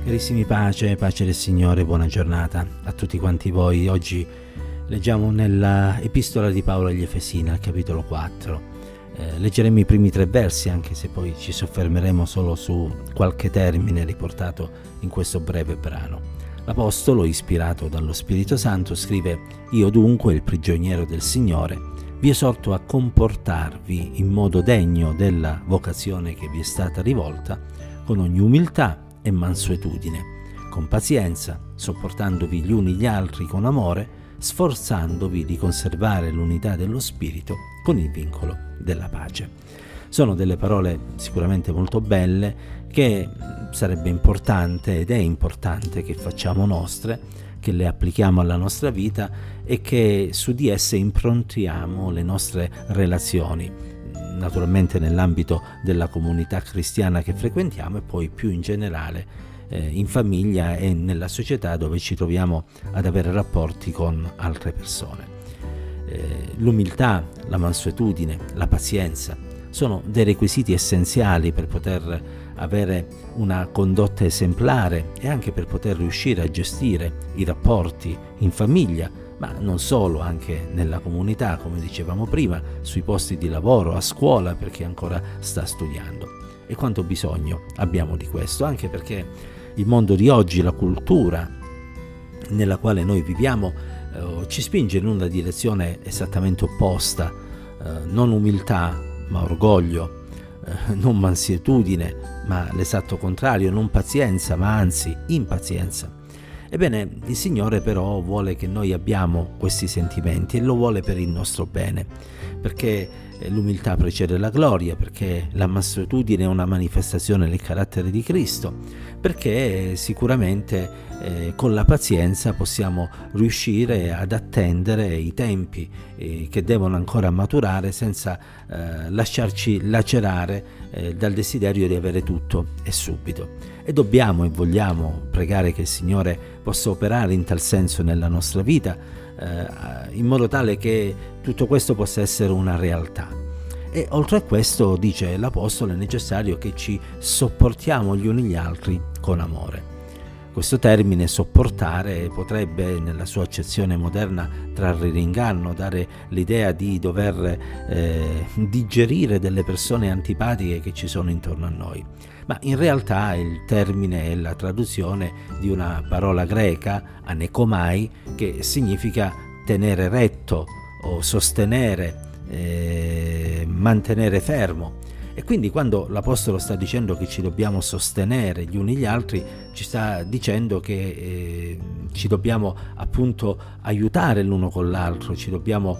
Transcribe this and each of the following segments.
Carissimi, pace del Signore, buona giornata a tutti quanti voi. Oggi leggiamo nella Epistola di Paolo agli Efesini, al capitolo 4. Leggeremo i primi 3 versi, anche se poi ci soffermeremo solo su qualche termine riportato in questo breve brano. L'Apostolo, ispirato dallo Spirito Santo, scrive: «Io dunque, il prigioniero del Signore, vi esorto a comportarvi in modo degno della vocazione che vi è stata rivolta, con ogni umiltà e mansuetudine, con pazienza, sopportandovi gli uni gli altri con amore, sforzandovi di conservare l'unità dello Spirito con il vincolo della pace». Sono delle parole sicuramente molto belle che sarebbe importante ed è importante che facciamo nostre, che le applichiamo alla nostra vita e che su di esse improntiamo le nostre relazioni, naturalmente nell'ambito della comunità cristiana che frequentiamo e poi più in generale in famiglia e nella società dove ci troviamo ad avere rapporti con altre persone. L'umiltà, la mansuetudine, la pazienza sono dei requisiti essenziali per poter avere una condotta esemplare e anche per poter riuscire a gestire i rapporti in famiglia, ma non solo, anche nella comunità, come dicevamo prima, sui posti di lavoro, a scuola, per chi ancora sta studiando. E quanto bisogno abbiamo di questo, anche perché il mondo di oggi, la cultura nella quale noi viviamo, ci spinge in una direzione esattamente opposta, non umiltà, ma orgoglio, non mansuetudine, ma l'esatto contrario, non pazienza, ma anzi impazienza. Ebbene, il Signore però vuole che noi abbiamo questi sentimenti e lo vuole per il nostro bene, perché l'umiltà precede la gloria, perché la mansuetudine è una manifestazione del carattere di Cristo, perché sicuramente con la pazienza possiamo riuscire ad attendere i tempi che devono ancora maturare senza lasciarci lacerare dal desiderio di avere tutto e subito. E dobbiamo e vogliamo pregare che il Signore possa operare in tal senso nella nostra vita, in modo tale che tutto questo possa essere una realtà. E oltre a questo, dice l'Apostolo, è necessario che ci sopportiamo gli uni gli altri con amore. Questo termine sopportare potrebbe, nella sua accezione moderna, trarre in inganno, dare l'idea di dover digerire delle persone antipatiche che ci sono intorno a noi. Ma in realtà il termine è la traduzione di una parola greca, anekomai, che significa tenere retto o sostenere, mantenere fermo. E quindi quando l'Apostolo sta dicendo che ci dobbiamo sostenere gli uni gli altri, ci sta dicendo che ci dobbiamo appunto aiutare l'uno con l'altro, ci dobbiamo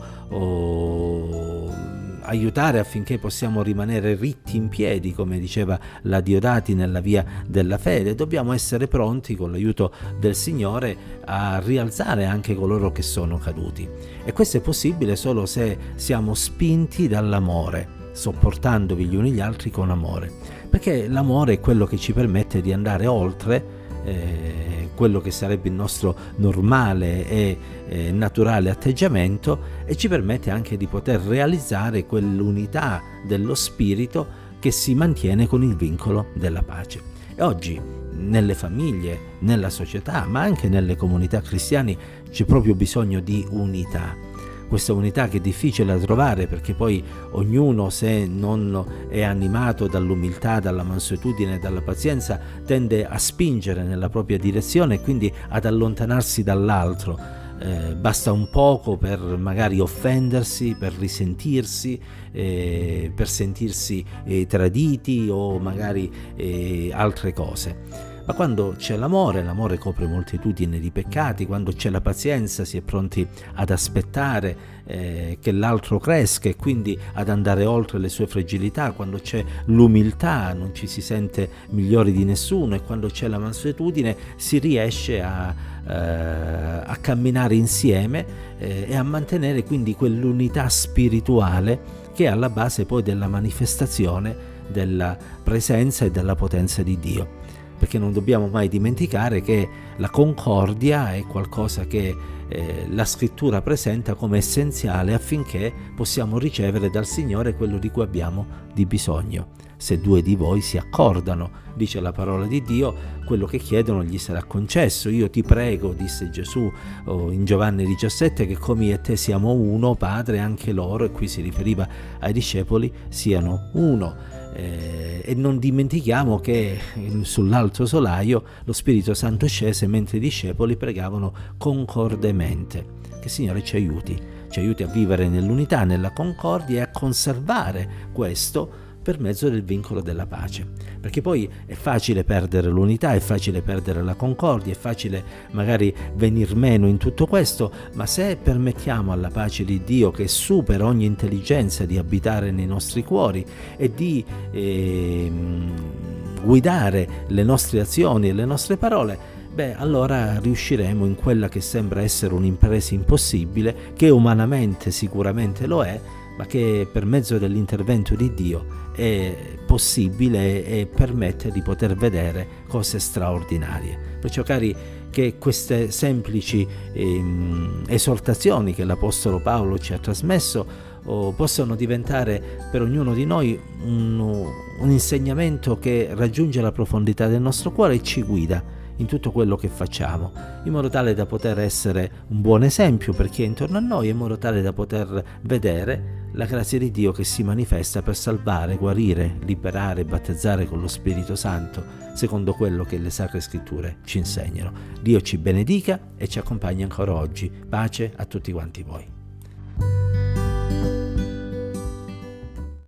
aiutare affinché possiamo rimanere ritti in piedi, come diceva la Diodati nella via della fede. Dobbiamo essere pronti, con l'aiuto del Signore, a rialzare anche coloro che sono caduti. E questo è possibile solo se siamo spinti dall'amore, sopportandovi gli uni gli altri con amore, perché l'amore è quello che ci permette di andare oltre quello che sarebbe il nostro normale e naturale atteggiamento e ci permette anche di poter realizzare quell'unità dello spirito che si mantiene con il vincolo della pace. E oggi nelle famiglie, nella società, ma anche nelle comunità cristiane c'è proprio bisogno di unità. Questa unità che è difficile da trovare, perché poi ognuno, se non è animato dall'umiltà, dalla mansuetudine e dalla pazienza, tende a spingere nella propria direzione e quindi ad allontanarsi dall'altro. Basta un poco per magari offendersi, per risentirsi, per sentirsi traditi o magari altre cose. Ma quando c'è l'amore copre moltitudine di peccati. Quando c'è la pazienza si è pronti ad aspettare che l'altro cresca e quindi ad andare oltre le sue fragilità. Quando c'è l'umiltà non ci si sente migliori di nessuno, e quando c'è la mansuetudine si riesce a camminare insieme e a mantenere quindi quell'unità spirituale che è alla base poi della manifestazione della presenza e della potenza di Dio. perché non dobbiamo mai dimenticare che la concordia è qualcosa che la scrittura presenta come essenziale affinché possiamo ricevere dal Signore quello di cui abbiamo di bisogno. Se due di voi si accordano, dice la parola di Dio, quello che chiedono gli sarà concesso. Io ti prego, disse Gesù in Giovanni 17, che come io e te siamo uno, Padre, anche loro, e qui si riferiva ai discepoli, siano uno. E non dimentichiamo che sull'alto solaio lo Spirito Santo scese mentre i discepoli pregavano concordemente. Che il Signore ci aiuti a vivere nell'unità, nella concordia e a conservare questo per mezzo del vincolo della pace, perché poi è facile perdere l'unità, è facile perdere la concordia, è facile magari venir meno in tutto questo, ma se permettiamo alla pace di Dio, che supera ogni intelligenza, di abitare nei nostri cuori e di guidare le nostre azioni e le nostre parole, allora riusciremo in quella che sembra essere un'impresa impossibile, che umanamente sicuramente lo è, ma che per mezzo dell'intervento di Dio è possibile e permette di poter vedere cose straordinarie. Perciò, cari, che queste semplici esortazioni che l'Apostolo Paolo ci ha trasmesso possano diventare per ognuno di noi un insegnamento che raggiunge la profondità del nostro cuore e ci guida in tutto quello che facciamo, in modo tale da poter essere un buon esempio per chi è intorno a noi, in modo tale da poter vedere la grazia di Dio che si manifesta per salvare, guarire, liberare, battezzare con lo Spirito Santo, secondo quello che le Sacre Scritture ci insegnano. Dio ci benedica e ci accompagna ancora oggi. Pace a tutti quanti voi.